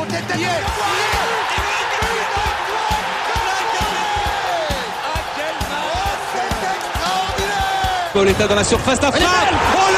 tête à tête. Pauletta dans la surface d'affaire. Oh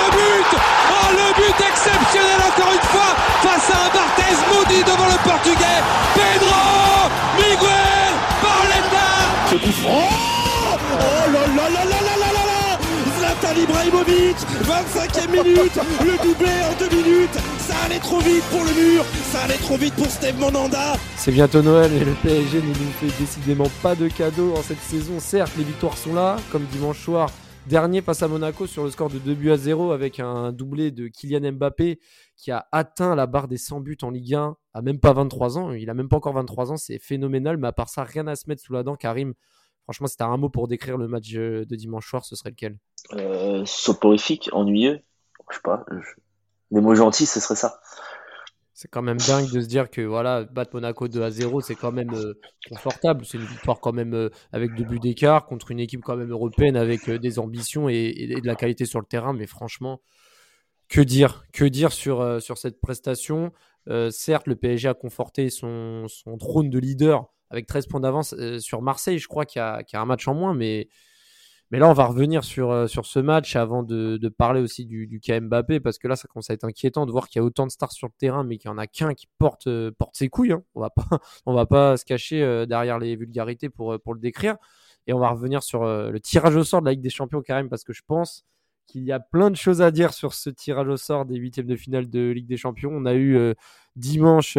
le but exceptionnel encore une fois face à un Barthez maudit devant le Portugais. Pedro Miguel Pauletta. Ce coup franc. Oh là là là là là là là là. Zlatan Ibrahimovic, 25e minute, le doublé en 2 minutes. Ça allait trop vite pour le mur, ça allait trop vite pour Steve Mandanda. C'est bientôt Noël et le PSG ne nous fait décidément pas de cadeaux en cette saison. Certes, les victoires sont là, comme dimanche soir. Dernier face à Monaco sur le score de 2-0 avec un doublé de Kylian Mbappé qui a atteint la barre des 100 buts en Ligue 1 à même pas 23 ans. Il a même pas encore 23 ans, c'est phénoménal. Mais à part ça, rien à se mettre sous la dent. Karim, franchement, si tu as un mot pour décrire le match de dimanche soir, ce serait lequel ? Soporifique, ennuyeux. Je sais pas. Les mots gentils, ce serait ça. C'est quand même dingue de se dire que voilà, battre Monaco 2-0, c'est quand même confortable. C'est une victoire quand même avec 2 buts d'écart contre une équipe quand même européenne avec des ambitions et de la qualité sur le terrain. Mais franchement, que dire sur cette prestation ? Certes, le PSG a conforté son trône de leader avec 13 points d'avance sur Marseille. Je crois qu'il y a un match en moins, mais là, on va revenir sur ce match avant de parler aussi du cas Mbappé, parce que là, ça commence à être inquiétant de voir qu'il y a autant de stars sur le terrain, mais qu'il n'y en a qu'un qui porte ses couilles. Hein. On va pas se cacher derrière les vulgarités pour le décrire. Et on va revenir sur le tirage au sort de la Ligue des Champions, Karim, parce que je pense qu'il y a plein de choses à dire sur ce tirage au sort des huitièmes de finale de Ligue des Champions. On a eu dimanche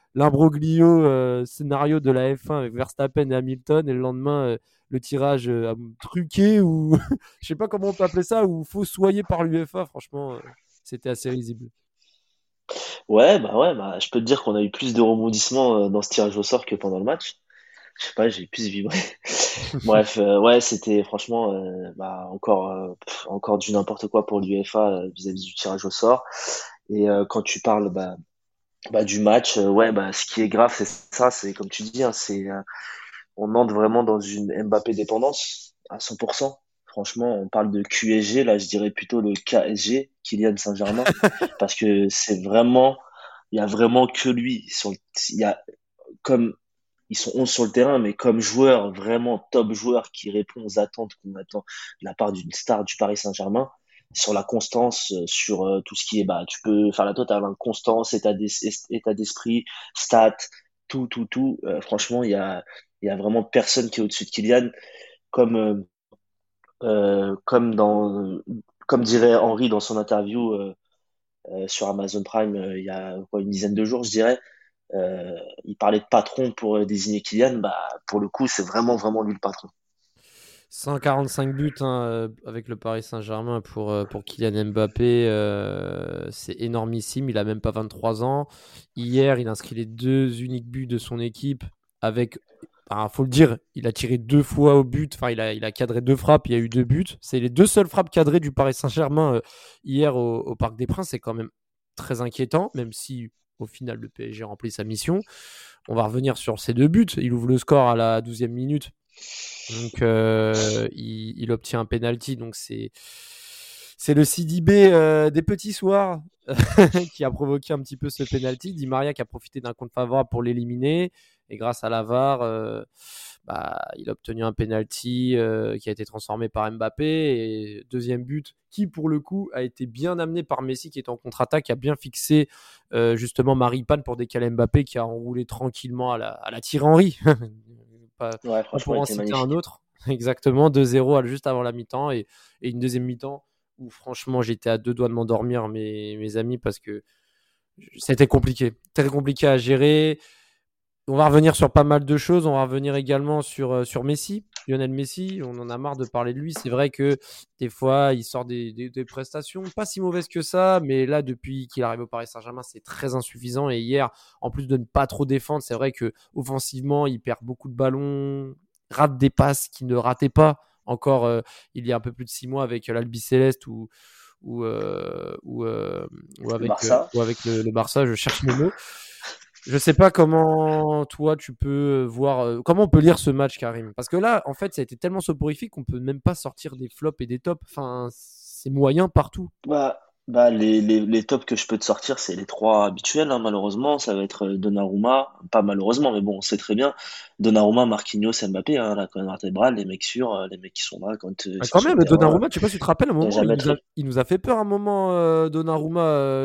l'imbroglio scénario de la F1 avec Verstappen et Hamilton, et le lendemain le tirage truqué ou je sais pas comment on peut appeler ça, ou fossoyé par l'UEFA. Franchement, c'était assez risible. Ouais, je peux te dire qu'on a eu plus de rebondissements dans ce tirage au sort que pendant le match. Je sais pas, j'ai plus vibré. Bref, ouais, c'était franchement encore du n'importe quoi pour l'UEFA vis-à-vis du tirage au sort. Et quand tu parles du match, ce qui est grave, c'est ça, c'est comme tu dis, hein, on entre vraiment dans une Mbappé dépendance à 100%. Franchement, on parle de QSG, là, je dirais plutôt le KSG, Kylian Saint-Germain, parce que il y a vraiment que lui. Comme ils sont 11 sur le terrain, mais comme joueur, vraiment top joueur qui répond aux attentes qu'on attend de la part d'une star du Paris Saint-Germain, sur la constance, sur tout ce qui est, tu peux faire la totale, hein, constance, état d'esprit, stats, tout. Franchement, il y a vraiment personne qui est au-dessus de Kylian, comme comme dirait Henry dans son interview sur Amazon Prime il y a une dizaine de jours, je dirais. Il parlait de patron pour désigner Kylian. Pour le coup, c'est vraiment lui le patron. 145 buts avec le Paris Saint-Germain pour Kylian Mbappé, c'est énormissime. Il a même pas 23 ans. Hier, il a inscrit les 2 uniques buts de son équipe avec, faut le dire, il a tiré 2 fois au but. Enfin, il a cadré 2 frappes. Il y a eu 2 buts. C'est les 2 seules frappes cadrées du Paris Saint-Germain hier au Parc des Princes. C'est quand même très inquiétant, même si au final le PSG remplit sa mission. On va revenir sur ces 2 buts. Il ouvre le score à la 12e minute. Donc il obtient un penalty. Donc c'est le Sidibé des petits soirs qui a provoqué un petit peu ce penalty. Di Maria qui a profité d'un compte favorable pour l'éliminer, et grâce à la VAR il a obtenu un penalty qui a été transformé par Mbappé, et deuxième but qui pour le coup a été bien amené par Messi, qui est en contre-attaque, qui a bien fixé justement Maripane pour décaler Mbappé, qui a enroulé tranquillement à la Thierry Henry. Pas pour en citer un autre. Exactement, 2-0 juste avant la mi-temps, et une deuxième mi-temps où franchement j'étais à 2 doigts de m'endormir, mes amis, parce que c'était compliqué, très compliqué à gérer. On va revenir sur pas mal de choses. On va revenir également sur Messi, Lionel Messi. On en a marre de parler de lui. C'est vrai que des fois, il sort des prestations pas si mauvaises que ça. Mais là, depuis qu'il arrive au Paris Saint-Germain, c'est très insuffisant. Et hier, en plus de ne pas trop défendre, c'est vrai qu'offensivement, il perd beaucoup de ballons, rate des passes qu'il ne ratait pas encore il y a un peu plus de 6 mois avec l'Albi Céleste ou avec le Barça. Je cherche mes mots. Je sais pas comment toi tu peux voir, comment on peut lire ce match, Karim, parce que là en fait ça a été tellement soporifique qu'on peut même pas sortir des flops et des tops. Enfin, c'est moyen partout. Bah, les tops que je peux te sortir, c'est les trois habituels, hein, malheureusement. Ça va être Donnarumma, pas malheureusement, mais bon, on sait très bien. Donnarumma, Marquinhos, Mbappé, hein, la colonne vertébrale, les mecs sûrs, les mecs qui sont là quand Ah, ils sont quand sur même, le terrain. Donnarumma, je sais pas si tu te rappelles, à un Il n'y a moment, jamais de truc. il nous a fait peur un moment, Donnarumma,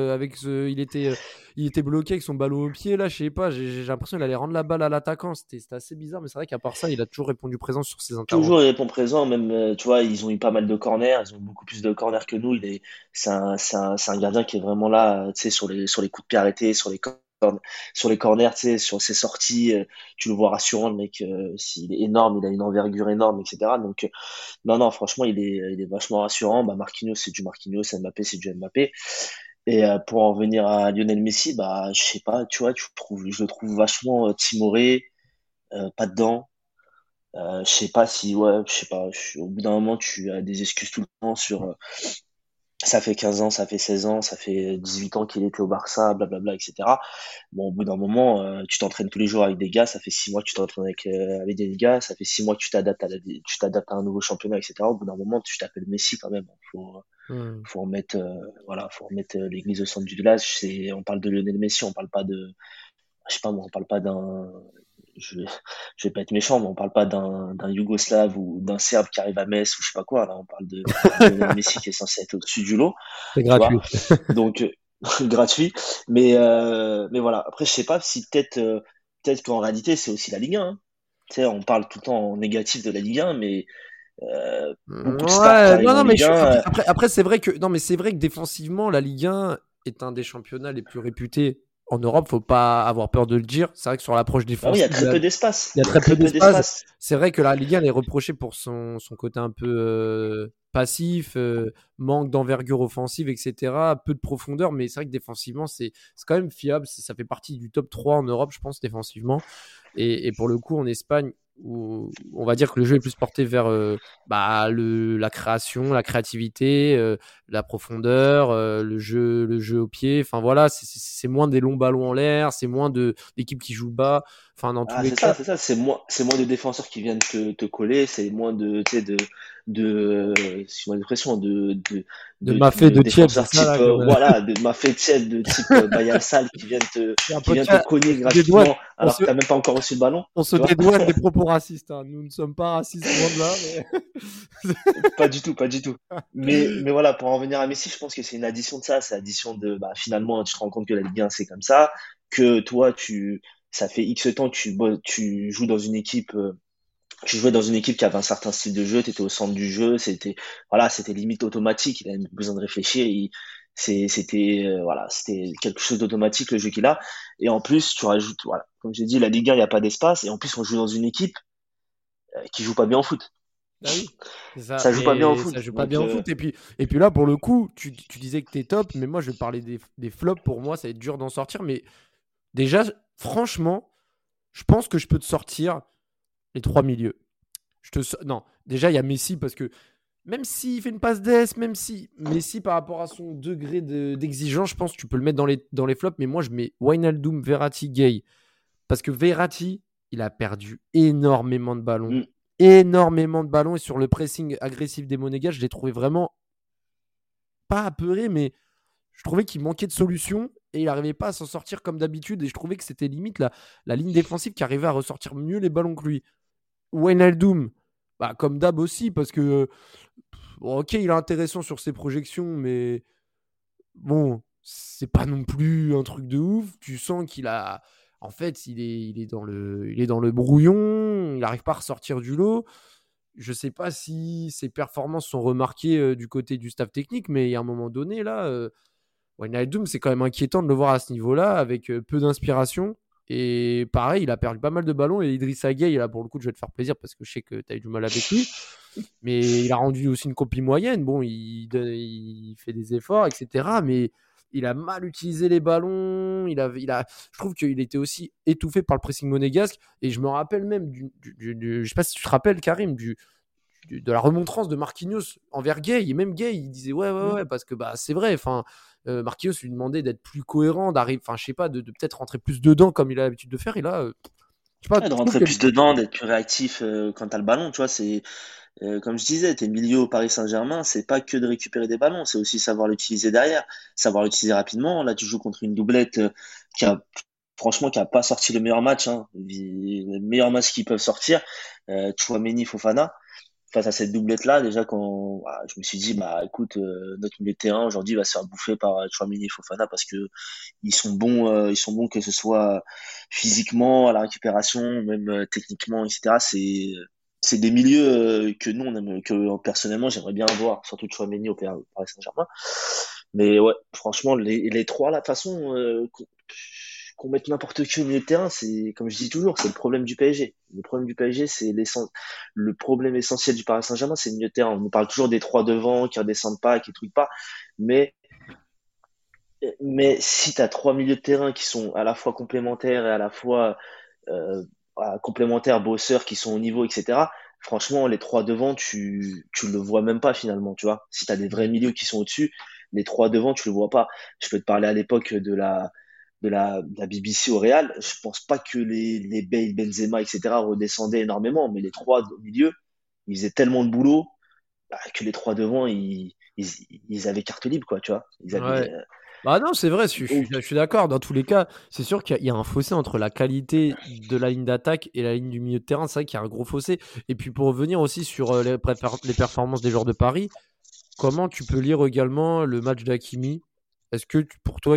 il était bloqué avec son ballon au pied, là, je sais pas, j'ai l'impression qu'il allait rendre la balle à l'attaquant, c'était assez bizarre, mais c'est vrai qu'à part ça, il a toujours répondu présent sur ses Toujours, interventions. il répond présent, même, tu vois, ils ont eu pas mal de corners, ils ont beaucoup plus de corners que nous. C'est un gardien qui est vraiment là, tu sais, sur les coups de pied arrêtés, sur les corners, tu sais, sur ses sorties, tu le vois rassurant, le mec, il est énorme, il a une envergure énorme, etc. Donc, non, non, franchement, il est vachement rassurant. Bah, Marquinhos, c'est du Marquinhos, Mbappé, c'est du Mbappé. Et pour en venir à Lionel Messi, bah, je sais pas, tu vois, je le trouve vachement timoré, pas dedans. Je sais pas si, ouais, je sais pas. Au bout d'un moment, tu as des excuses tout le temps sur. Ça fait 15 ans, ça fait 16 ans, ça fait 18 ans qu'il était au Barça, blablabla, etc. Bon, au bout d'un moment, tu t'entraînes tous les jours avec des gars, ça fait 6 mois que tu t'entraînes avec des gars, ça fait 6 mois que tu t'adaptes à un nouveau championnat, etc. Au bout d'un moment, tu t'appelles Messi quand même. Hmm. Faut remettre, voilà, faut remettre l'église au centre du village. On parle de Lionel Messi, on parle pas de, je sais pas moi, on parle pas d'un, je, je vais pas être méchant, mais on parle pas d'un Yougoslave ou d'un Serbe qui arrive à Metz ou je sais pas quoi. Là, on parle de Lionel Messi qui est censé être au-dessus du lot, C'est tu vois. gratuit. Donc, gratuit. Mais voilà. Après, je sais pas si peut-être qu'en réalité, c'est aussi la Ligue 1. Hein. Tu sais, on parle tout le temps en négatif de la Ligue 1, mais beaucoup de stars qui Ouais, arrivent non, en non, mais Ligue 1. après, c'est vrai que, non, mais c'est vrai que défensivement, la Ligue 1 est un des championnats les plus réputés en Europe. Faut pas avoir peur de le dire. C'est vrai que sur l'approche Bah oui, il y a défensive, très peu d'espace. il y a Il y a très peu très peu d'espace. d'espace. C'est vrai que la Ligue 1 elle est reprochée pour son côté un peu passif, manque d'envergure offensive, etc. Peu de profondeur, mais c'est vrai que défensivement, c'est quand même fiable. Ça fait partie du top 3 en Europe, je pense, défensivement. Et pour le coup, en Espagne, où on va dire que le jeu est plus porté vers la création, la créativité, la profondeur, le jeu au pied. Enfin voilà, c'est moins des longs ballons en l'air, c'est moins d'équipes qui jouent bas. Enfin, dans tous Ah, les cas, c'est ça, c'est moins de défenseurs qui viennent te coller, c'est moins de, tu sais, excuse-moi l'expression, de Mafé, de Thiel, c'est défenseurs ça type, là, comme, voilà, de Mafé Tiel, de type Bayal Sall c'est un qui viennent te podcast, cogner on se dédouane, gratuitement on alors se, que t'as même pas encore reçu le ballon, on se tu vois? dédouane des propos racistes, hein. Nous ne sommes pas racistes, loin de là. Pas du tout, pas du tout. Mais voilà, pour en venir à Messi, je pense que c'est une addition de ça, c'est addition de, bah, finalement, tu te rends compte que la Ligue 1, c'est comme ça, que toi, ça fait X temps que tu joues dans une équipe, tu jouais dans une équipe qui avait un certain style de jeu, tu étais au centre du jeu, voilà, c'était limite automatique, il avait même besoin de réfléchir, c'était quelque chose d'automatique le jeu qu'il a. Et en plus, tu rajoutes, voilà, comme j'ai dit, la Ligue 1, il n'y a pas d'espace, et en plus, on joue dans une équipe qui joue pas bien au foot. Ah oui, c'est ça. Ça joue pas bien au Mais ça foot. joue pas Donc, bien au foot. Et puis là, pour le coup, tu disais que t'es top, mais moi, je vais parler des flops. Pour moi, ça va être dur d'en sortir. Mais déjà, franchement, je pense que je peux te sortir les trois milieux. Non, déjà, il y a Messi parce que même s'il fait une passe d'ess, même si Messi, par rapport à son degré d'exigence, je pense que tu peux le mettre dans les flops. Mais moi, je mets Wijnaldum, Verratti, Gay. Parce que Verratti, il a perdu énormément de ballons. mm, Énormément de ballons. Et sur le pressing agressif des Monégas, je l'ai trouvé vraiment pas apeuré, mais je trouvais qu'il manquait de solutions et il n'arrivait pas à s'en sortir comme d'habitude. Et je trouvais que c'était limite la ligne défensive qui arrivait à ressortir mieux les ballons que lui. Wijnaldum, bah, comme d'hab aussi, parce que bon, ok, il est intéressant sur ses projections, mais bon, c'est pas non plus un truc de ouf. Tu sens qu'il a. En fait, il est dans le brouillon, il n'arrive pas à ressortir du lot. Je sais pas si ses performances sont remarquées du côté du staff technique, mais il y a un moment donné, là, Wijnaldum, c'est quand même inquiétant de le voir à ce niveau-là, avec peu d'inspiration. Et pareil, il a perdu pas mal de ballons. Et Idrissa Gueye, là, pour le coup, je vais te faire plaisir parce que je sais que tu as eu du mal avec lui. Mais il a rendu aussi une copie moyenne. Bon, il fait des efforts, etc. Mais il a mal utilisé les ballons. Je trouve qu'il était aussi étouffé par le pressing monégasque. Et je me rappelle même je sais pas si tu te rappelles, Karim, de la remontrance de Marquinhos envers Gay. Et même Gay, il disait ouais, ouais, mm. ouais, parce que bah, c'est vrai. Enfin, Marquinhos lui demandait d'être plus cohérent, enfin, je sais pas, de peut-être rentrer plus dedans comme il a l'habitude de faire. Et là, je sais pas, Ouais, de je trouve rentrer que. plus dedans, d'être plus réactif quand t'as le ballon, tu vois, Comme je disais, tes milieux au Paris Saint-Germain, c'est pas que de récupérer des ballons, c'est aussi savoir l'utiliser derrière, savoir l'utiliser rapidement. Là, tu joues contre une doublette qui a, franchement, qui a pas sorti le meilleur match, hein, le meilleur match qu'ils peuvent sortir. Tchouaméni, Fofana. Face à cette doublette-là, déjà, je me suis dit, bah, écoute, notre milieu de terrain aujourd'hui va se faire bouffer par Tchouaméni et Fofana parce que ils sont bons que ce soit physiquement, à la récupération, même techniquement, etc. C'est des milieux que nous, que personnellement, j'aimerais bien voir, surtout Tchouaméni au Paris Saint-Germain. Mais ouais, franchement, les trois, là, de toute façon, qu'on mette n'importe qui au milieu de terrain, c'est, comme je dis toujours, c'est le problème du PSG. Le problème du PSG, le problème essentiel du Paris Saint-Germain, c'est le milieu de terrain. On nous parle toujours des trois devant, qui redescendent pas, qui truquent pas. Mais, mais si tu as trois milieux de terrain qui sont à la fois complémentaires et à la fois complémentaires, bosseurs, qui sont au niveau, etc., franchement, les trois devant, tu le vois même pas finalement, tu vois. Si tu as des vrais milieux qui sont au-dessus, les trois devant, tu le vois pas. Je peux te parler à l'époque de la BBC au Real. Je pense pas que les Bale, Benzema, etc. redescendaient énormément, mais les trois au milieu, ils faisaient tellement de boulot que les trois devant, ils avaient carte libre, quoi, tu vois. Ils avaient, Ouais. Bah non, c'est vrai, donc, je suis d'accord. Dans tous les cas, c'est sûr qu'il y a un fossé entre la qualité de la ligne d'attaque et la ligne du milieu de terrain. C'est vrai qu'il y a un gros fossé. Et puis pour revenir aussi sur les performances des joueurs de Paris, comment tu peux lire également le match d'Hakimi? Est-ce que pour toi,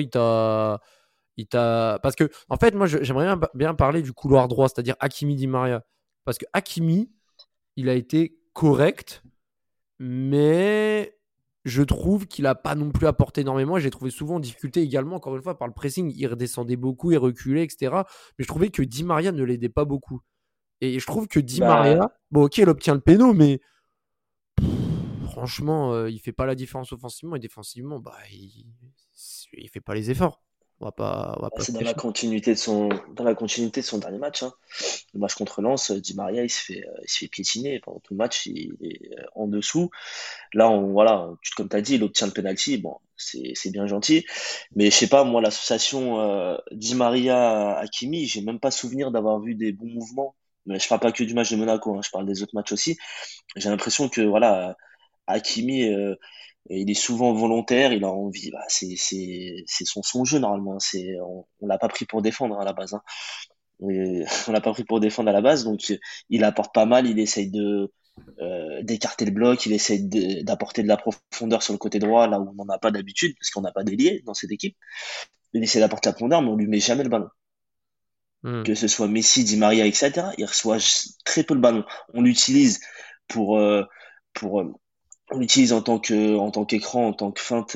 Parce que, en fait, moi, j'aimerais bien parler du couloir droit, c'est-à-dire Hakimi Di Maria. Parce que Hakimi, il a été correct, mais je trouve qu'il n'a pas non plus apporté énormément. J'ai trouvé souvent en difficulté également, encore une fois, par le pressing. Il redescendait beaucoup, il reculait, etc. Mais je trouvais que Di Maria ne l'aidait pas beaucoup. Et je trouve que Di Maria, bah, bon, ok, il obtient le péno, mais franchement, il fait pas la différence offensivement et défensivement, bah, il fait pas les efforts. On va pas se c'est cacher. dans la continuité de son dernier match, hein. Le match contre Lens, Di Maria, il se fait piétiner pendant tout le match, il est en dessous. Là, voilà, comme tu as dit, il obtient le penalty. Bon, c'est bien gentil. Mais je sais pas, moi, l'association Di Maria-Hakimi, j'ai même pas souvenir d'avoir vu des bons mouvements. Mais je parle pas que du match de Monaco, hein, je parle des autres matchs aussi. J'ai l'impression que, voilà, Hakimi, il est souvent volontaire, il a envie. Bah, c'est son jeu, normalement. On l'a pas pris pour défendre, hein, à la base, hein. On l'a pas pris pour défendre à la base, donc il apporte pas mal, il essaye d'écarter le bloc, il essaie d'apporter de la profondeur sur le côté droit, là où on n'en a pas d'habitude, parce qu'on n'a pas d'ailier dans cette équipe. Il essaie d'apporter la profondeur, mais on lui met jamais le ballon. Hmm. Que ce soit Messi, Di Maria, etc., il reçoit très peu le ballon. On l'utilise pour, pour on l'utilise en tant qu'écran, en tant que feinte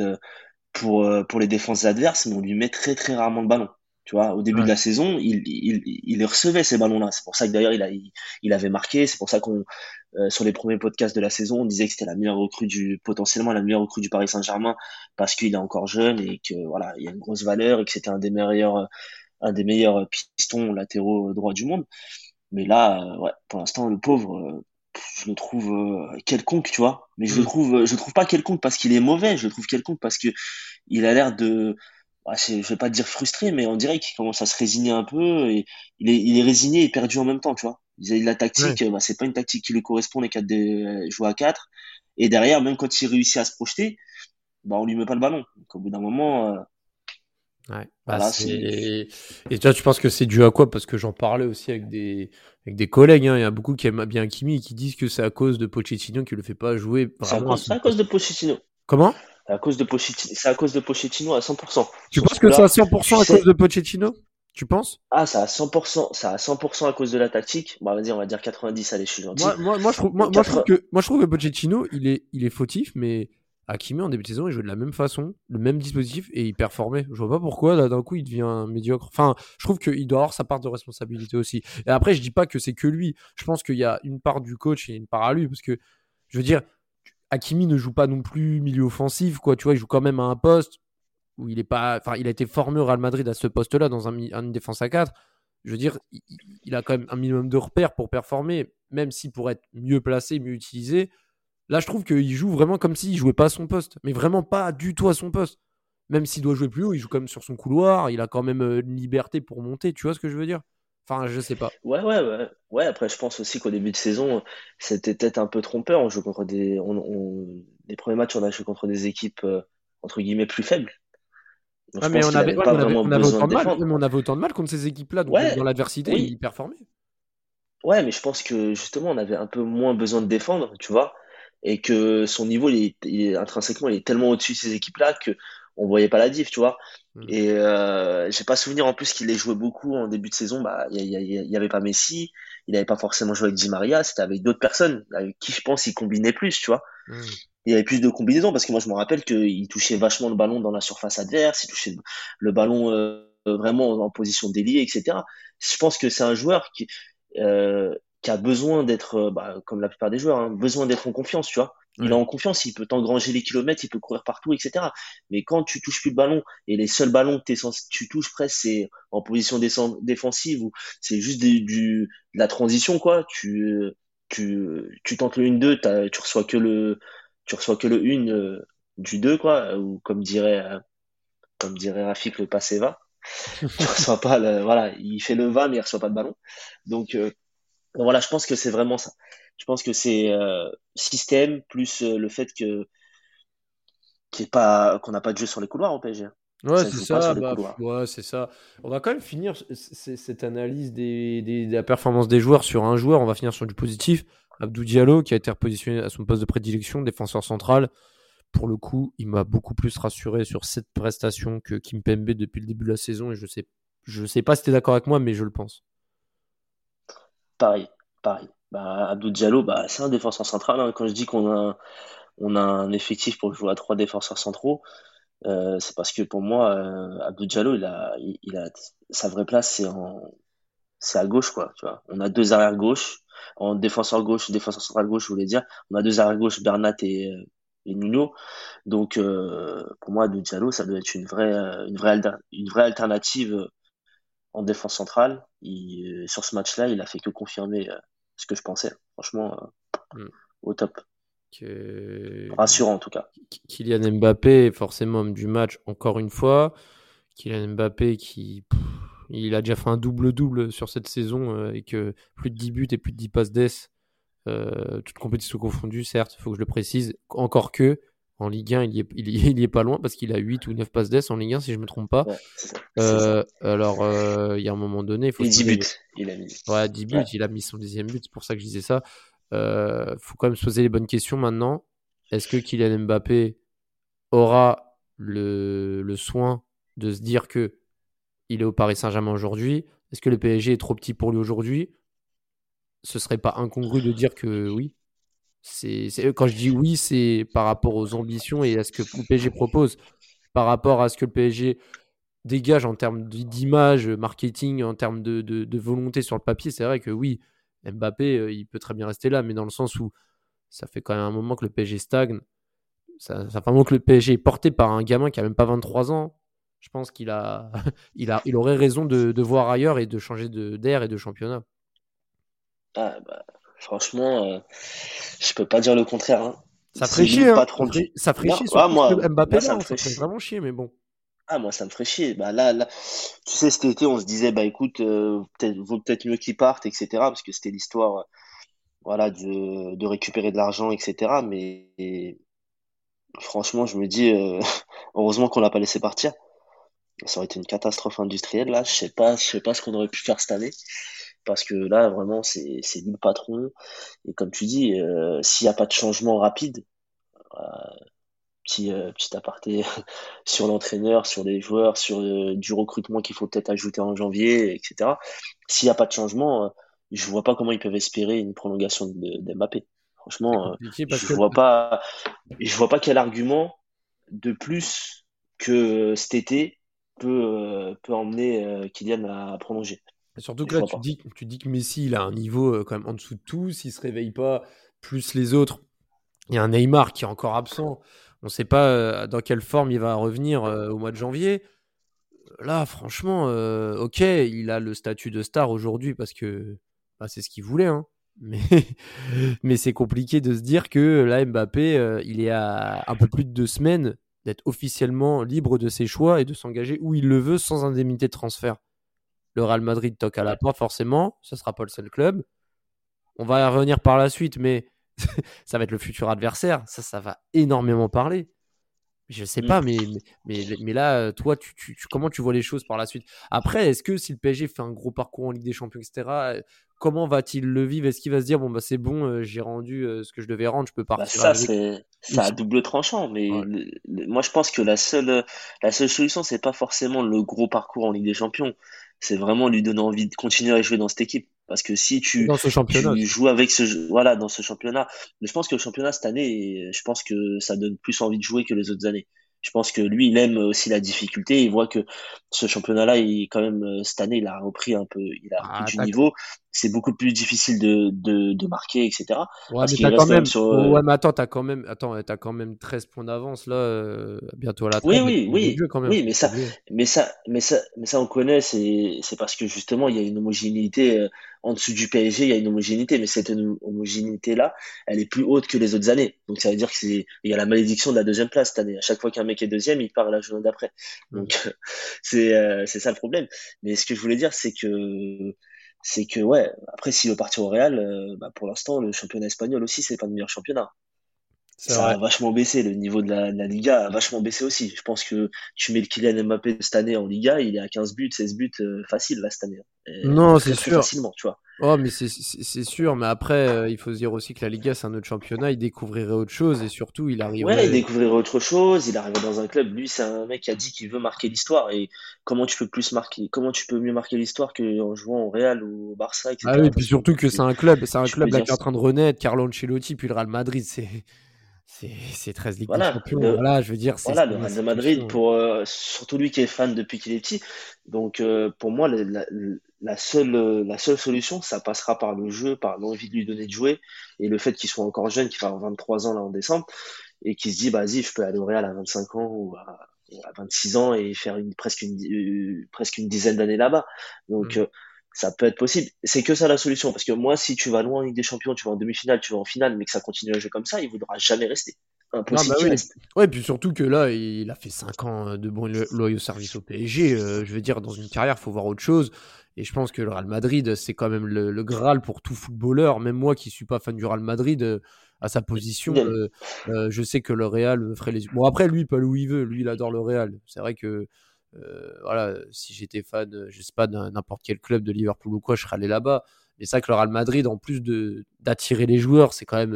pour les défenses adverses, mais on lui met très très rarement le ballon. Tu vois, au début de Ouais. la saison, il recevait ces ballons-là. C'est pour ça que d'ailleurs il avait marqué. C'est pour ça qu'on sur les premiers podcasts de la saison, on disait que c'était potentiellement la meilleure recrue du Paris Saint-Germain parce qu'il est encore jeune et que voilà, il y a une grosse valeur et que c'était un des meilleurs pistons latéraux droits du monde. Mais là, ouais, pour l'instant, le pauvre, je le trouve quelconque, tu vois. Mais Hmm. je le trouve pas quelconque parce qu'il est mauvais. Je le trouve quelconque parce que il a l'air de, je vais pas dire frustré, mais on dirait qu'il commence à se résigner un peu et il est résigné et perdu en même temps, tu vois. La Ouais. tactique, bah, c'est pas une tactique qui lui correspond, jouer à 4. Et derrière, même quand il réussit à se projeter, bah, on lui met pas le ballon. Donc, au bout d'un moment, Ouais. Bah, voilà, c'est, Et toi, tu penses que c'est dû à quoi? Parce que j'en parlais aussi avec des collègues, hein. Il y a beaucoup qui aiment bien Hakimi et qui disent que c'est à cause de Pochettino qui le fait pas jouer vraiment à son c'est à cause poste. de Pochettino. Comment? C'est à cause de Pochettino à 100%. Tu Sur penses ce que c'est coup-là, à tu 100% à cause sais, de Pochettino? Tu penses? ça à 100% à cause de la tactique. Bah, vas-y, on va dire 90, allez, je suis gentil. Mais Moi, je trouve que Pochettino, il est fautif, mais Hakimi, en début de saison, il jouait de la même façon, le même dispositif, et il performait. Je vois pas pourquoi, là, d'un coup, il devient médiocre. Enfin, je trouve qu'il doit avoir sa part de responsabilité aussi. Et après, je dis pas que c'est que lui. Je pense qu'il y a une part du coach et une part à lui, parce que, je veux dire, Hakimi ne joue pas non plus milieu offensif, quoi. Tu vois, il joue quand même à un poste où il est pas. Enfin, il a été formé au Real Madrid à ce poste-là, dans une défense à 4. Je veux dire, il a quand même un minimum de repères pour performer, même si pour être mieux placé, mieux utilisé. Là, je trouve qu'il joue vraiment comme s'il jouait pas à son poste, mais vraiment pas du tout à son poste. Même s'il doit jouer plus haut, il joue quand même sur son couloir, il a quand même une liberté pour monter, tu vois ce que je veux dire? Enfin, je sais pas. Ouais, après, je pense aussi qu'au début de saison, c'était peut-être un peu trompeur. On joue contre les premiers matchs, on a joué contre des équipes, entre guillemets, plus faibles. Donc, Ouais, je mais pense qu'il n'avait pas vraiment on avait besoin autant de de mal. défendre. Ouais, mais on avait autant de mal contre ces équipes-là. Donc, même Ouais, dans l'adversité, oui, ils performaient. ouais, mais je pense que justement, on avait un peu moins besoin de défendre, tu vois, et que son niveau, intrinsèquement, il est tellement au-dessus de ces équipes-là que on voyait pas la diff, tu vois. Mm. Et j'ai pas souvenir en plus qu'il ait joué beaucoup en début de saison. Bah, il y avait pas Messi, il n'avait pas forcément joué avec Di Maria, c'était avec d'autres personnes avec qui je pense il combinait plus, tu vois. Mm. Il y avait plus de combinaisons parce que moi je me rappelle qu'il touchait vachement le ballon dans la surface adverse, il touchait le ballon vraiment en position d'ailier, etc. Je pense que c'est un joueur qui a besoin d'être, comme la plupart des joueurs, hein, besoin d'être en confiance, tu vois. Il est Ouais. en confiance, il peut t'engranger les kilomètres, il peut courir partout, etc. Mais quand tu touches plus le ballon et les seuls ballons que tu touches presque, c'est en position défensive ou c'est juste de la transition, quoi. Tu tentes le 1-2, tu reçois que le 1 du 2 quoi, ou comme dirait Rafik, le passé va. Tu reçois pas voilà, il fait le 20, mais il reçoit pas de ballon. Donc, voilà, je pense que c'est vraiment ça. Je pense que c'est système plus le fait qu'on n'a pas de jeu sur les couloirs au PSG. Ouais, Ça se c'est joue pas sur ça. les Bah, couloirs. ouais, c'est ça. On va quand même finir cette analyse de la performance des joueurs sur un joueur. On va finir sur du positif. Abdou Diallo, qui a été repositionné à son poste de prédilection, défenseur central. Pour le coup, il m'a beaucoup plus rassuré sur cette prestation que Kimpembe depuis le début de la saison. Et je sais pas si tu es d'accord avec moi, mais je le pense. Pareil, pareil. Bah, Abdou Diallo, bah, c'est un défenseur central, hein. Quand je dis on a un effectif pour jouer à trois défenseurs centraux, c'est parce que pour moi, Abdou Diallo, il a sa vraie place, c'est à gauche, quoi. Tu vois. On a deux arrières gauche, en défenseur central gauche, je voulais dire. On a deux arrières gauche, Bernat et Nuno. Donc, pour moi, Abdou Diallo, ça doit être une vraie alternative en défense centrale. Sur ce match-là, il a fait que confirmer ce que je pensais. Franchement, Mm. au top. Que... Rassurant, en tout cas. Kylian Mbappé, forcément homme du match, encore une fois. Kylian Mbappé il a déjà fait un double-double sur cette saison avec plus de 10 buts et plus de 10 passes d'ess. Toutes compétitions confondues, certes, il faut que je le précise. Encore que, en Ligue 1, il y est pas loin parce qu'il a 8 ou 9 passes d'ess en Ligue 1, si je me trompe pas. Ouais, c'est ça. Alors, il y a un moment donné, il faut Et se 10 poser... buts, il a mis. Ouais, 10 buts, Ouais. il a mis son 10e but, c'est pour ça que je disais ça. Faut quand même se poser les bonnes questions maintenant. Est-ce que Kylian Mbappé aura le soin de se dire que il est au Paris Saint-Germain aujourd'hui? Est-ce que le PSG est trop petit pour lui aujourd'hui? Ce serait pas incongru de dire que oui. Quand je dis oui, c'est par rapport aux ambitions et à ce que le PSG propose, par rapport à ce que le PSG dégage en termes d'image, marketing, en termes de volonté sur le papier. C'est vrai que oui, Mbappé, il peut très bien rester là, mais dans le sens où ça fait quand même un moment que le PSG stagne. Ça fait un moment que le PSG est porté par un gamin qui a même pas 23 ans. Je pense il aurait raison de voir ailleurs et de changer d'air et de championnat. Ah, bah, franchement, je peux pas dire le contraire, hein. Ça ferait C'est lui chier, le hein. patron du. Ça ferait Non, chier, surtout ce Mbappé moi, là, ça me hein. Ça ferait ferait chier. vraiment chier, mais bon. Ah, moi, ça me ferait chier. Bah, là, tu sais, cet été, on se disait, bah, écoute, vaut peut-être mieux qu'il parte, etc. Parce que c'était l'histoire, voilà, de récupérer de l'argent, etc. Mais franchement, je me dis, heureusement qu'on l'a pas laissé partir. Ça aurait été une catastrophe industrielle, là. Je sais pas ce qu'on aurait pu faire cette année. Parce que là, vraiment, c'est lui le patron. Et comme tu dis, s'il n'y a pas de changement rapide, petit aparté sur l'entraîneur, sur les joueurs, sur du recrutement qu'il faut peut-être ajouter en janvier, etc. S'il n'y a pas de changement, je vois pas comment ils peuvent espérer une prolongation d'Mbappé. C'est Franchement, compliqué parce que je vois pas quel argument de plus que cet été peut emmener Kylian à prolonger. surtout que Je là, vois pas. tu dis que Messi, il a un niveau quand même en dessous de tout. S'il se réveille pas, plus les autres. Il y a un Neymar qui est encore absent. On ne sait pas dans quelle forme il va revenir au mois de janvier. Là, franchement, ok, il a le statut de star aujourd'hui parce que bah, c'est ce qu'il voulait. Hein. Mais, mais c'est compliqué de se dire que là, Mbappé, il est à un peu plus de 2 semaines d'être officiellement libre de ses choix et de s'engager où il le veut sans indemnité de transfert. Le Real Madrid toque à la Ouais. porte, forcément. Ce sera pas le seul club. On va y revenir par la suite, mais ça va être le futur adversaire. Ça va énormément parler. Je sais Mm. pas, mais là, toi, comment tu vois les choses par la suite? Après, est-ce que si le PSG fait un gros parcours en Ligue des Champions, etc., comment va-t-il le vivre? Est-ce qu'il va se dire, bon, bah, c'est bon, j'ai rendu ce que je devais rendre, je peux Bah partir ça avec? Ou c'est à double tranchant, mais ouais. moi je pense que la seule solution c'est pas forcément le gros parcours en Ligue des Champions, c'est vraiment lui donner envie de continuer à jouer dans cette équipe. Parce que si Et dans ce championnat tu aussi. joues avec voilà, dans ce championnat, mais je pense que le championnat cette année, je pense que ça donne plus envie de jouer que les autres années. Je pense que lui, il aime aussi la difficulté. Il voit que ce championnat-là, il quand même cette année, il a repris un peu, il a repris Ah, du niveau. C'est beaucoup plus difficile de marquer, etc. ouais, Parce mais qu'il t'as quand reste quand même même. sur, Ouais, mais t'as quand même 13 points d'avance là, bientôt à la oui, trêve avec oui, le niveau de oui, jeu quand même, oui, faut pas oublier. mais ça, on connaît, c'est parce que justement, il y a une homogénéité, en dessous du PSG, il y a une homogénéité, mais cette homogénéité-là, elle est plus haute que les autres années. Donc, ça veut dire il y a la malédiction de la deuxième place cette année. À chaque fois qu'un mec est deuxième, il part à la journée d'après. Mm. Donc, c'est ça le problème. Mais ce que je voulais dire, c'est que, ouais, après, s'il veut partir au Real, bah, pour l'instant, le championnat espagnol aussi, c'est pas le meilleur championnat. C'est Ça vrai. a vachement baissé, le niveau de la Liga a vachement baissé aussi. Je pense que tu mets le Kylian Mbappé de cette année en Liga, il est à 15 buts, 16 buts facile là cette année. Non, c'est Très très sûr. facilement, tu vois. Oh, mais c'est sûr. Mais après, il faut se dire aussi que la Liga, c'est un autre championnat. Il découvrirait autre chose et surtout, il Ouais, il arriverait. découvrirait autre chose, il arrive dans un club, lui c'est un mec qui a dit qu'il veut marquer l'histoire et comment tu peux mieux marquer l'histoire qu'en jouant au Real ou au Barça, Ah oui, etc. et puis Parce que surtout que c'est un tu peux club là dire qui est en train de renaître. Carlo Ancelotti, puis le Real Madrid, c'est 13 Ligues des voilà, Champions. Voilà, je veux dire, c'est le une Real de Madrid, institution. pour surtout lui qui est fan depuis qu'il est petit. Donc pour moi, la seule solution, ça passera par le jeu, par l'envie de lui donner de jouer et le fait qu'il soit encore jeune, qu'il va avoir 23 ans là en décembre et qu'il se dit, bah, vas-y, je peux aller au Real à 25 ans ou à 26 ans et faire presque une dizaine d'années là-bas. Donc Mm. ça peut être possible. C'est que ça la solution. Parce que moi, si tu vas loin en Ligue des Champions, tu vas en demi-finale, tu vas en finale, mais que ça continue à jouer comme ça, il voudra jamais rester. Non, Impossible bah qu'il oui. reste. Ouais, puis surtout que là, il a fait 5 ans de bons loyaux services au PSG. Je veux dire, dans une carrière, il faut voir autre chose. Et je pense que le Real Madrid, c'est quand même le Graal pour tout footballeur. Même moi qui suis pas fan du Real Madrid, à sa position, Idem. je sais que le Real me ferait les. Bon, après, lui, il peut aller où il veut. Lui, il adore le Real. C'est vrai que, voilà, si j'étais fan, je sais pas, d'un n'importe quel club de Liverpool ou quoi, je serais allé là-bas. Mais c'est vrai que le Real Madrid, en plus d'attirer les joueurs, c'est quand même.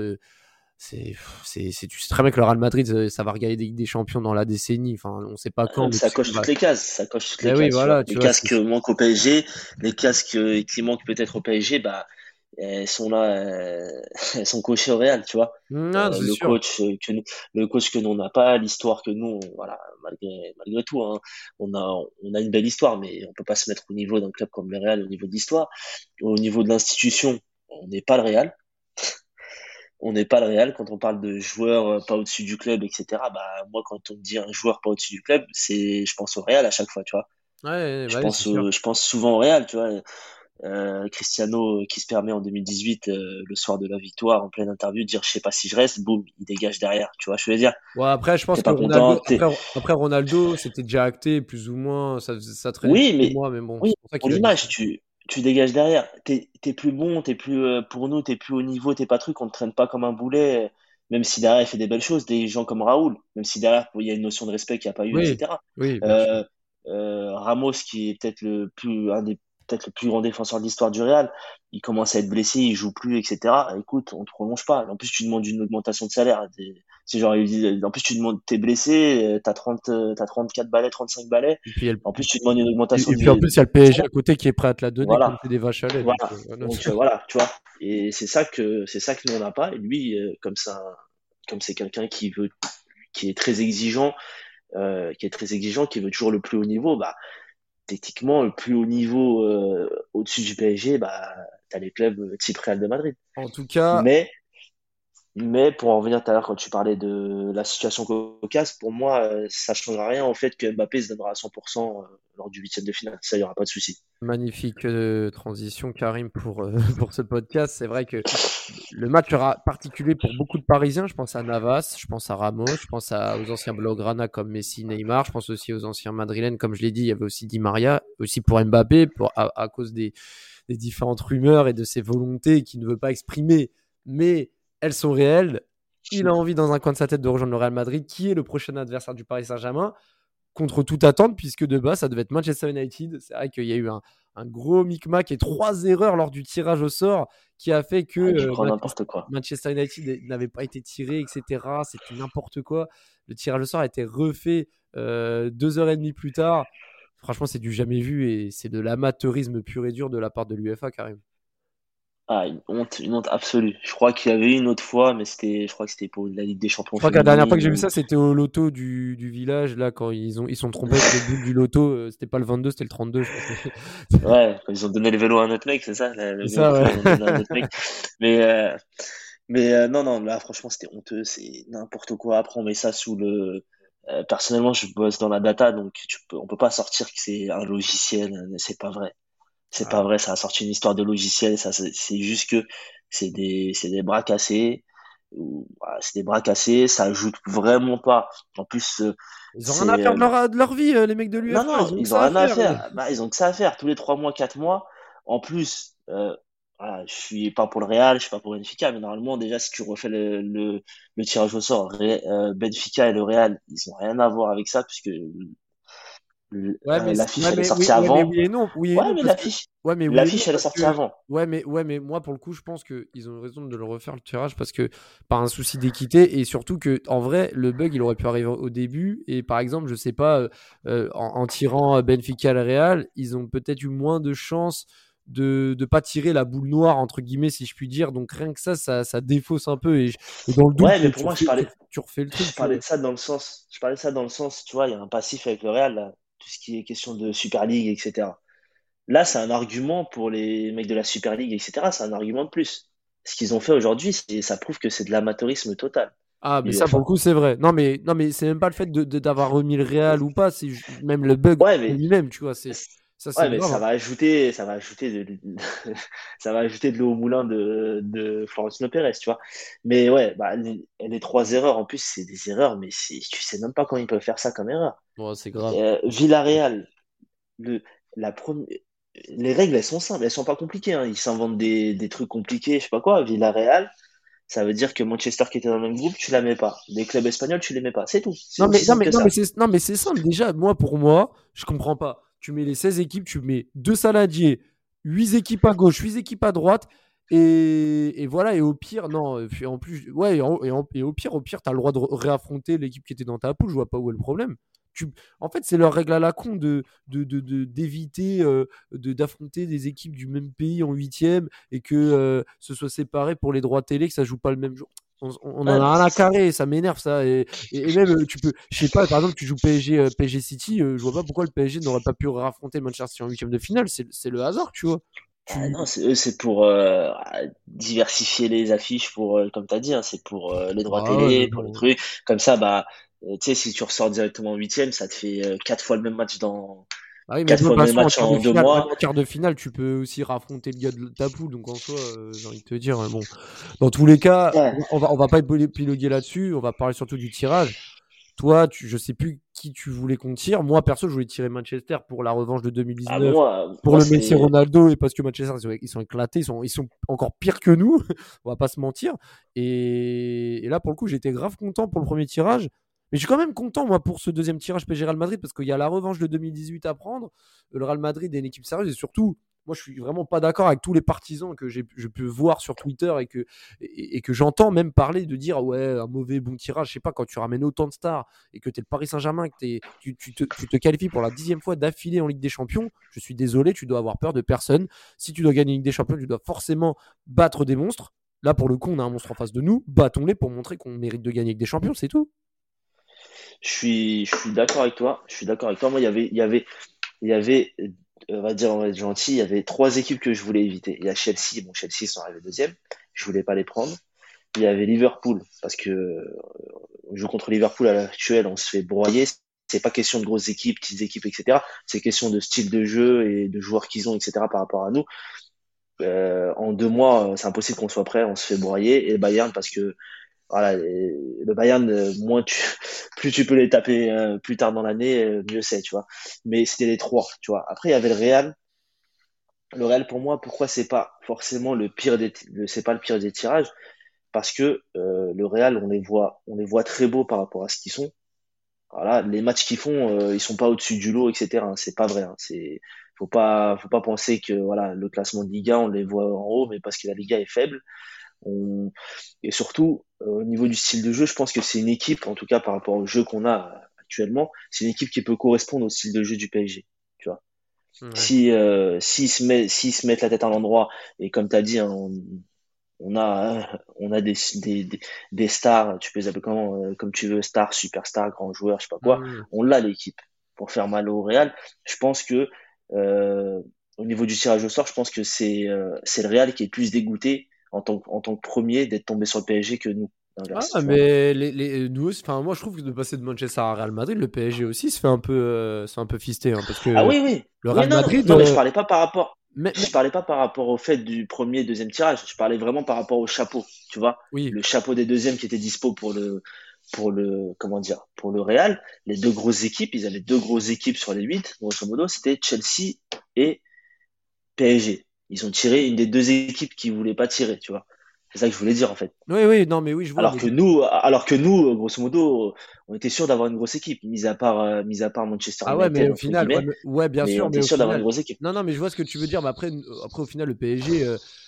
Tu sais très bien que le Real Madrid, ça va regarder des champions dans la décennie. Enfin, on sait pas quand, mais tu Ça sais que coche toutes les cases. Ça coche toutes les mais oui, cases, tu vois. voilà, tu Les vois, cases que manquent au PSG, les cases qui manquent peut-être au PSG, bah, elles sont là, elles sont cochées au Real, tu vois. non, c'est Le sûr. coach le coach que nous on n'a pas, l'histoire que nous, voilà, malgré tout, hein, on a une belle histoire, mais on peut pas se mettre au niveau d'un club comme le Real, au niveau de l'histoire, au niveau de l'institution, on n'est pas le Real. On n'est pas le Real quand on parle de joueurs pas au-dessus du club, etc. Bah moi, quand on me dit un joueur pas au-dessus du club, je pense au Real à chaque fois, tu vois. Ouais, bah oui, c'est sûr. Je pense souvent au Real, tu vois. Cristiano qui se permet en 2018, le soir de la victoire, en pleine interview, de dire je sais pas si je reste, boum, il dégage derrière, tu vois. Je veux dire, Ouais, après, je pense t'es que pas content, Ronaldo, après Ronaldo, c'était déjà acté, plus ou moins. Ça traînait oui, depuis des mais mois, mais bon, oui, c'est pour ça pour qu'il a dit l'image, ça. tu dégages derrière. T'es plus bon, t'es plus pour nous, t'es plus haut niveau, t'es pas truc, on te traîne pas comme un boulet. Même si derrière il fait des belles choses, des gens comme Raoul, même si derrière il y a une notion de respect qu'il n'y a pas eu, Oui, etc. oui, bien sûr. Euh, Ramos, qui est peut-être peut-être le plus grand défenseur de l'histoire du Real, il commence à être blessé, il joue plus, etc. Écoute, on te prolonge pas. En plus, tu demandes une augmentation de salaire. C'est genre, en plus, tu demandes, t'es blessé, t'as 34 balais, 35 balais. Et puis, En plus, tu demandes une augmentation et puis en plus, il y a le de PSG salaire. à côté qui est prêt à te la donner comme Voilà, c'est des vaches à lait. Donc, voilà. voilà. Donc, voilà, tu vois. Et c'est ça que nous, on n'a pas. Et lui, comme c'est quelqu'un qui est très exigeant, qui veut toujours le plus haut niveau, bah, techniquement, le plus haut niveau au-dessus du PSG, bah, t'as les clubs type Real de Madrid. En tout cas, Mais, Mais pour en revenir tout à l'heure, quand tu parlais de la situation cocasse, pour moi, ça ne changera rien au fait que Mbappé se donnera à 100% lors du huitième de finale. Ça, il n'y aura pas de souci. Magnifique transition, Karim, pour ce podcast. C'est vrai que le match sera particulier pour beaucoup de Parisiens. Je pense à Navas, je pense à Ramos, je pense aux anciens Blaugrana comme Messi, Neymar. Je pense aussi aux anciens madrilènes, comme je l'ai dit, il y avait aussi Di Maria, aussi pour Mbappé, à cause des différentes rumeurs et de ses volontés qu'il ne veut pas exprimer. Mais elles sont réelles. Il a envie dans un coin de sa tête de rejoindre le Real Madrid, qui est le prochain adversaire du Paris Saint-Germain, contre toute attente, puisque de base, ça devait être Manchester United. C'est vrai qu'il y a eu un gros micmac et 3 erreurs lors du tirage au sort qui a fait que Du grand n'importe quoi. Manchester United n'avait pas été tiré, etc. C'était n'importe quoi. Le tirage au sort a été refait 2h30 plus tard. Franchement, c'est du jamais vu et c'est de l'amateurisme pur et dur de la part de l'UEFA, Karim. Ah, une honte absolue. Je crois qu'il y avait une autre fois, mais je crois que c'était pour la Ligue des Je Champions crois que la dernière fois que féminine. j'ai vu ça, c'était au loto du village, là, quand ils sont trompés avec le boule du loto. C'était pas le 22, c'était le 32, je crois. Ouais, quand ils ont donné le vélo à un autre mec, c'est ça, le C'est vélo ça, ouais. ils ont donné à un autre mec. Mais, non, non, là, franchement, c'était honteux, c'est n'importe quoi. Après, on met ça sous le. Personnellement, je bosse dans la data, donc on peut pas sortir que c'est un logiciel. C'est pas vrai. C'est pas Ah, vrai. Ça a sorti une histoire de logiciel. Ça, c'est juste que c'est des bras cassés. Voilà, c'est des bras cassés. Ça ajoute vraiment pas. En plus, ils ont rien à c'est faire de leur vie, les mecs de non, l'UEFA. non, Ils ont que ils ont ça à rien à faire. faire. Bah, ils ont que ça à faire. Tous les 3 mois, 4 mois. En plus, voilà, je suis pas pour le Real, je suis pas pour Benfica, mais normalement, déjà, si tu refais le tirage au sort, Benfica et le Real, ils ont rien à voir avec ça, puisque l'affiche, elle est sortie Ouais, mais avant. oui et Ouais, non, mais parce que ouais, mais oui et non, l'affiche, elle est parce sortie que avant. ouais, mais moi pour le coup, je pense que ils ont raison de le refaire le tirage parce que par un souci d'équité et surtout que en vrai, le bug il aurait pu arriver au début et par exemple, je sais pas, en tirant Benfica le Real, ils ont peut-être eu moins de chances de pas tirer la boule noire entre guillemets si je puis dire. Donc rien que ça défausse un peu et dans le doute, Ouais, mais pour moi, tu refais le truc, je tu parlais vois. de ça dans le sens, je parlais de ça dans le sens, tu vois, il y a un passif avec le Real, là, tout ce qui est question de Super League, etc. Là, c'est un argument pour les mecs de la Super League, etc. C'est un argument de plus. Ce qu'ils ont fait aujourd'hui, ça prouve que c'est de l'amateurisme total, Ah, mais ça, pour le l'UEFA. coup, c'est vrai. Non, mais c'est même pas le fait d'avoir remis le Real ou pas, c'est même le bug Ouais, en mais, lui-même, tu vois. Ça, c'est ouais, mais grave, hein. ça va ajouter ça va ajouter de l'eau au moulin de Florentino Pérez, tu vois. Mais ouais, bah, les 3 erreurs, en plus, c'est des erreurs, mais tu sais même pas comment ils peuvent faire ça comme erreur. Bon, c'est grave. Villarreal, le, la première, les règles, elles sont simples, elles sont pas compliquées, hein. Ils s'inventent des trucs compliqués, je sais pas quoi. Villarreal, ça veut dire que Manchester qui était dans le même groupe, tu la mets pas. Des clubs espagnols, tu les mets pas. C'est tout. C'est aussi simple que ça. Non, mais c'est simple. Déjà, pour moi, je comprends pas. Tu mets les 16 équipes, tu mets 2 saladiers, 8 équipes à gauche, 8 équipes à droite. Et voilà, et au pire, non, puis en plus, ouais, et au pire, t'as le droit de réaffronter l'équipe qui était dans ta poule. Je vois pas où est le problème. En fait, c'est leur règle à la con d'éviter d'affronter des équipes du même pays en huitième et que ce soit séparé pour les droits télé, que ça joue pas le même jour. On en Ouais, a mais rien c'est à ça. carrer, ça m'énerve ça. Et même, tu peux, je sais pas, par exemple, tu joues PSG City, je vois pas pourquoi le PSG n'aurait pas pu raffronter Manchester City en huitième de finale. C'est le hasard, tu vois. Ah Tu, non, eux, c'est pour diversifier les affiches, pour, comme tu as dit, hein, c'est pour les droits ah ouais, mais télé, pour les bon. trucs. Comme ça, bah, tu sais, si tu ressors directement en huitième, ça te fait 4 fois le même match Ah oui, mais de quatre toute fois le même façon, match en deux même mois. en quart de finale, tu peux aussi raffronter le gars de ta poule. Donc en soi, j'ai envie de te dire, bon, dans tous les cas, Ouais. on va pas épiloguer là-dessus. On va parler surtout du tirage. Toi, je sais plus qui tu voulais qu'on tire. Moi, perso, je voulais tirer Manchester pour la revanche de Ah, 2019, pour moi, le Messi c'était. Ronaldo et parce que Manchester, ils sont éclatés, ils sont encore pires que nous. On va pas se mentir. Et là, pour le coup, j'étais grave content pour le premier tirage. Mais je suis quand même content, moi, pour ce deuxième tirage PSG Real Madrid, parce qu'il y a la revanche de 2018 à prendre. Le Real Madrid est une équipe sérieuse et surtout, moi, je suis vraiment pas d'accord avec tous les partisans que je peux voir sur Twitter et que j'entends même parler de dire ouais, un mauvais bon tirage. Je sais pas, quand tu ramènes autant de stars et que tu es le Paris Saint-Germain, que tu te qualifies pour la 10e fois d'affilée en Ligue des Champions, je suis désolé, tu dois avoir peur de personne. Si tu dois gagner une Ligue des Champions, tu dois forcément battre des monstres. Là, pour le coup, on a un monstre en face de nous. Battons-les pour montrer qu'on mérite de gagner avec des champions, c'est tout. Je suis d'accord avec toi. Je suis d'accord avec toi. Moi, il y avait, on va dire, on va être gentil, il y avait 3 équipes que je voulais éviter. Il y a Chelsea. Bon, Chelsea sont arrivés deuxième. Je voulais pas les prendre. il y avait Liverpool, parce que on joue contre Liverpool à l'heure actuelle, on se fait broyer. C'est pas question de grosses équipes, petites équipes, etc. C'est question de style de jeu et de joueurs qu'ils ont, etc. par rapport à nous. En 2 mois, c'est impossible qu'on soit prêt, on se fait broyer. Et le Bayern, parce que voilà, le Bayern, plus tu peux les taper plus tard dans l'année, mieux c'est, tu vois. Mais c'était les trois, tu vois. Après, il y avait le Real. Le Real, pour moi, pourquoi c'est pas forcément c'est pas le pire des tirages? Parce que le Real, on les voit très beaux par rapport à ce qu'ils sont. Voilà, les matchs qu'ils font, ils sont pas au-dessus du lot, etc. Hein. C'est pas vrai. Hein. Faut pas penser que voilà, le classement de Liga, on les voit en haut, mais parce que la Liga est faible. On... Et surtout, au niveau du style de jeu, je pense que c'est une équipe, en tout cas par rapport au jeu qu'on a actuellement, c'est une équipe qui peut correspondre au style de jeu du PSG. Tu vois. Ouais. S'ils se mettent la tête à l'endroit, et comme tu as dit, hein, on a des stars, tu peux les appeler comme tu veux, stars, superstars, grands joueurs, je sais pas quoi. Mm. On l'a l'équipe pour faire mal au Real. Je pense que euh, au niveau du tirage au sort, je pense que c'est le Real qui est plus dégoûté en tant que premier d'être tombé sur le PSG que nous. L'inverse, Ah, tu vois. mais nous aussi, enfin, moi je trouve que de passer de Manchester à Real Madrid, le PSG aussi se fait un peu fisté, hein, parce Ah que oui, oui. le Oui, Real non, non, Madrid, non, mais je parlais pas par rapport. mais- Je parlais pas par rapport au fait du premier et deuxième tirage. Je parlais vraiment par rapport au chapeau. Tu vois, oui, le chapeau des deuxièmes qui était dispo comment dire, pour le Real. Les deux grosses équipes, ils avaient deux grosses équipes sur les 8, grosso modo, c'était Chelsea et PSG. Ils ont tiré une des deux équipes qui voulaient pas tirer, tu vois. C'est ça que je voulais dire, en fait. oui, oui, non, mais oui, je vois, Alors mais que nous, alors que nous, grosso modo, on était sûr d'avoir une grosse équipe, mis à part Manchester ah ouais, mais United, au entre final, ouais, guillemets, ouais, bien mais on sûr, mais était au sûr d'avoir une final, grosse équipe. non, non, mais je vois ce que tu veux dire, mais après au final, le PSG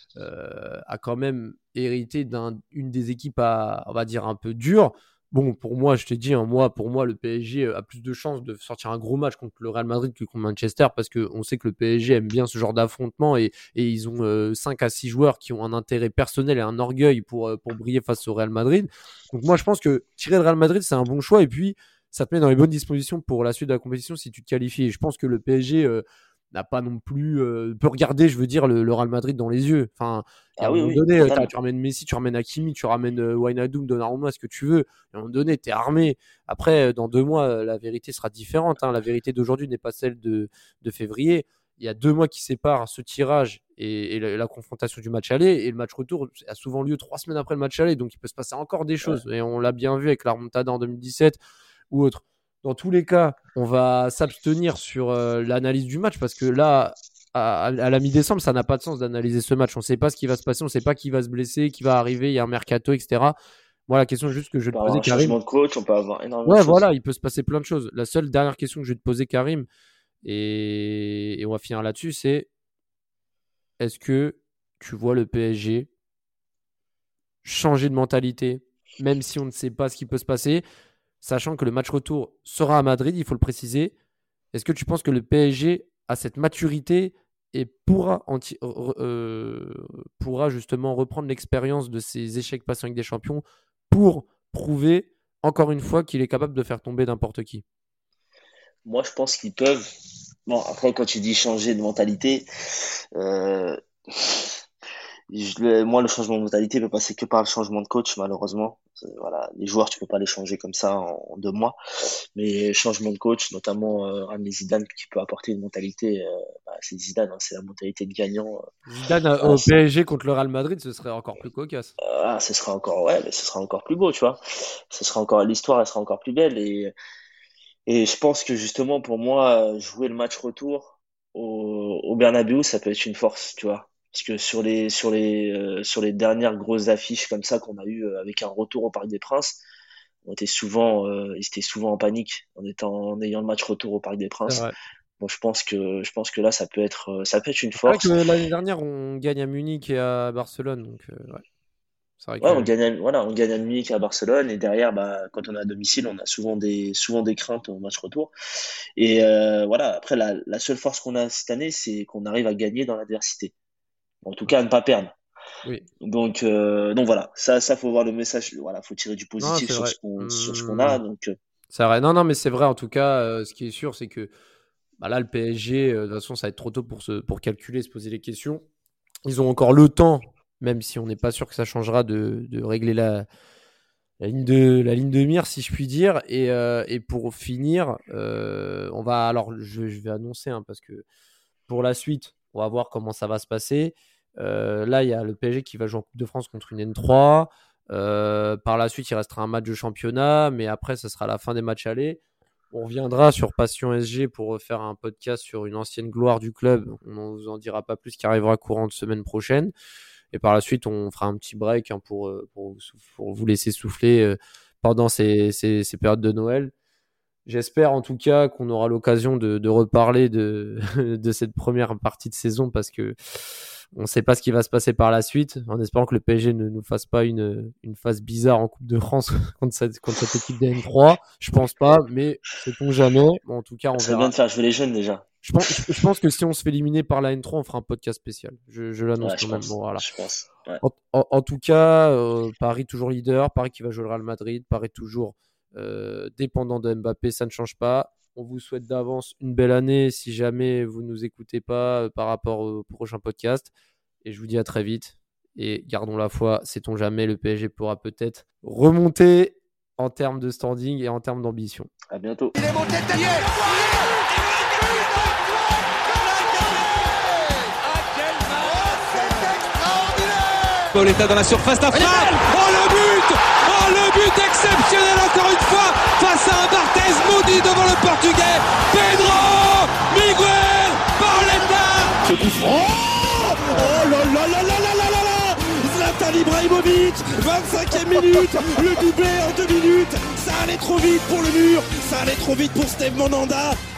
a quand même hérité d'une des équipes on va dire, un peu dure. Bon, pour moi, je t'ai dit, hein, pour moi, le PSG a plus de chances de sortir un gros match contre le Real Madrid que contre Manchester parce qu'on sait que le PSG aime bien ce genre d'affrontement et ils ont 5 à 6 joueurs qui ont un intérêt personnel et un orgueil pour briller face au Real Madrid. Donc moi, je pense que tirer le Real Madrid, c'est un bon choix et puis ça te met dans les bonnes dispositions pour la suite de la compétition si tu te qualifies. Et je pense que le PSG n'a pas non plus peut regarder, je veux dire, le Real Madrid dans les yeux. Enfin, il y a Ah un oui, moment oui, donné, totalement. tu ramènes Messi, tu ramènes Hakimi, tu ramènes Wijnaldum, Donnarumma, ce que tu veux. À un moment donné, tu es armé. Après, dans 2 mois, la vérité sera différente. Hein. La vérité d'aujourd'hui n'est pas celle de février. Il y a 2 mois qui séparent ce tirage et la confrontation du match aller. Et le match retour a souvent lieu 3 semaines après le match aller. Donc, il peut se passer encore des Ouais. choses. Et on l'a bien vu avec la remontada en 2017 ou autre. Dans tous les cas, on va s'abstenir sur l'analyse du match parce que là, à la mi-décembre, ça n'a pas de sens d'analyser ce match. On ne sait pas ce qui va se passer, on ne sait pas qui va se blesser, qui va arriver, il y a un mercato, etc. Moi, la question juste que je On vais te peut avoir poser, un Karim. changement de coach, on peut avoir énormément de Ouais, choses. voilà, il peut se passer plein de choses. La seule dernière question que je vais te poser, Karim, et on va finir là-dessus, c'est est-ce que tu vois le PSG changer de mentalité, même si on ne sait pas ce qui peut se passer, sachant que le match retour sera à Madrid, il faut le préciser. Est-ce que tu penses que le PSG a cette maturité et pourra justement reprendre l'expérience de ses échecs passés avec des champions pour prouver encore une fois qu'il est capable de faire tomber n'importe qui? Moi, je pense qu'ils peuvent. Bon, après, quand tu dis changer de mentalité, euh, moi, le changement de mentalité peut passer que par le changement de coach, malheureusement. Voilà, les joueurs, tu peux pas les changer comme ça en 2 mois. Mais changement de coach, notamment Rami Zidane, qui peut apporter une mentalité, c'est Zidane, hein, c'est la mentalité de gagnant. Zidane Ah, au PSG contre le Real Madrid, ce serait encore plus cocasse. ce sera encore, ouais, mais ce sera encore plus beau, tu vois. Ce sera encore, l'histoire, elle sera encore plus belle. Et je pense que justement, pour moi, jouer le match retour au Bernabéu, ça peut être une force, tu vois. Parce que sur les dernières grosses affiches comme ça qu'on a eues avec un retour au Parc des Princes, ils étaient souvent en panique en ayant le match retour au Parc des C'est Princes. vrai. Bon, je pense que là, ça peut être une C'est vrai que force. l'année dernière, on gagne à Munich et à Barcelone. Donc, ouais. C'est vrai Ouais, que. on gagne à Munich et à Barcelone et derrière, quand on est à domicile, on a souvent des craintes au match retour. Et voilà, après, la seule force qu'on a cette année, c'est qu'on arrive à gagner dans l'adversité. En tout cas, à ne pas perdre. Oui. Donc voilà, ça faut voir le message. Voilà, faut tirer du Non, positif c'est sur vrai. ce qu'on a. Donc C'est vrai. Non, non, mais c'est vrai. En tout cas, ce qui est sûr, c'est que bah là, le PSG, de toute façon, ça va être trop tôt pour calculer, se poser les questions. Ils ont encore le temps même si on n'est pas sûr que ça changera de régler la ligne de mire, si je puis dire. Et pour finir, on va, alors je vais annoncer, parce que pour la suite, on va voir comment ça va se passer. Là, il y a le PSG qui va jouer en Coupe de France contre une N3. Par la suite, il restera un match de championnat, mais après, ça sera la fin des matchs allés. On reviendra sur Passion SG pour faire un podcast sur une ancienne gloire du club. On ne vous en dira pas plus, qui arrivera courant de semaine prochaine. Et par la suite, on fera un petit break pour vous laisser souffler pendant ces périodes de Noël. J'espère en tout cas qu'on aura l'occasion de reparler de cette première partie de saison, parce que on ne sait pas ce qui va se passer par la suite, en espérant que le PSG ne nous fasse pas une phase bizarre en Coupe de France contre cette équipe des N3. Je pense pas, mais sait-on jamais. Bon, en tout cas, on verra. bien de faire jouer les jeunes déjà. Je pense que si on se fait éliminer par la N3, on fera un podcast spécial. Je l'annonce quand même. Bon, voilà. Je pense. Ouais. En tout cas, Paris toujours leader, Paris qui va jouer le Real Madrid, Paris toujours dépendant de Mbappé, ça ne change pas. On vous souhaite d'avance une belle année si jamais vous ne nous écoutez pas par rapport au prochain podcast. Et je vous dis à très vite. Et gardons la foi, sait-on jamais, le PSG pourra peut-être remonter en termes de standing et en termes d'ambition. À bientôt. Il est monté derrière. Pauletta dans la surface d'affaire. Oh le but exceptionnel encore une fois face à un Barthez maudit devant le Portugais. Pedro Miguel Pauletta. Ce coup franc. Oh là là là là là là là là. Zlatan Ibrahimovic, 25e minute, le doublé en 2 minutes. Ça allait trop vite pour le mur, ça allait trop vite pour Steve Mandanda.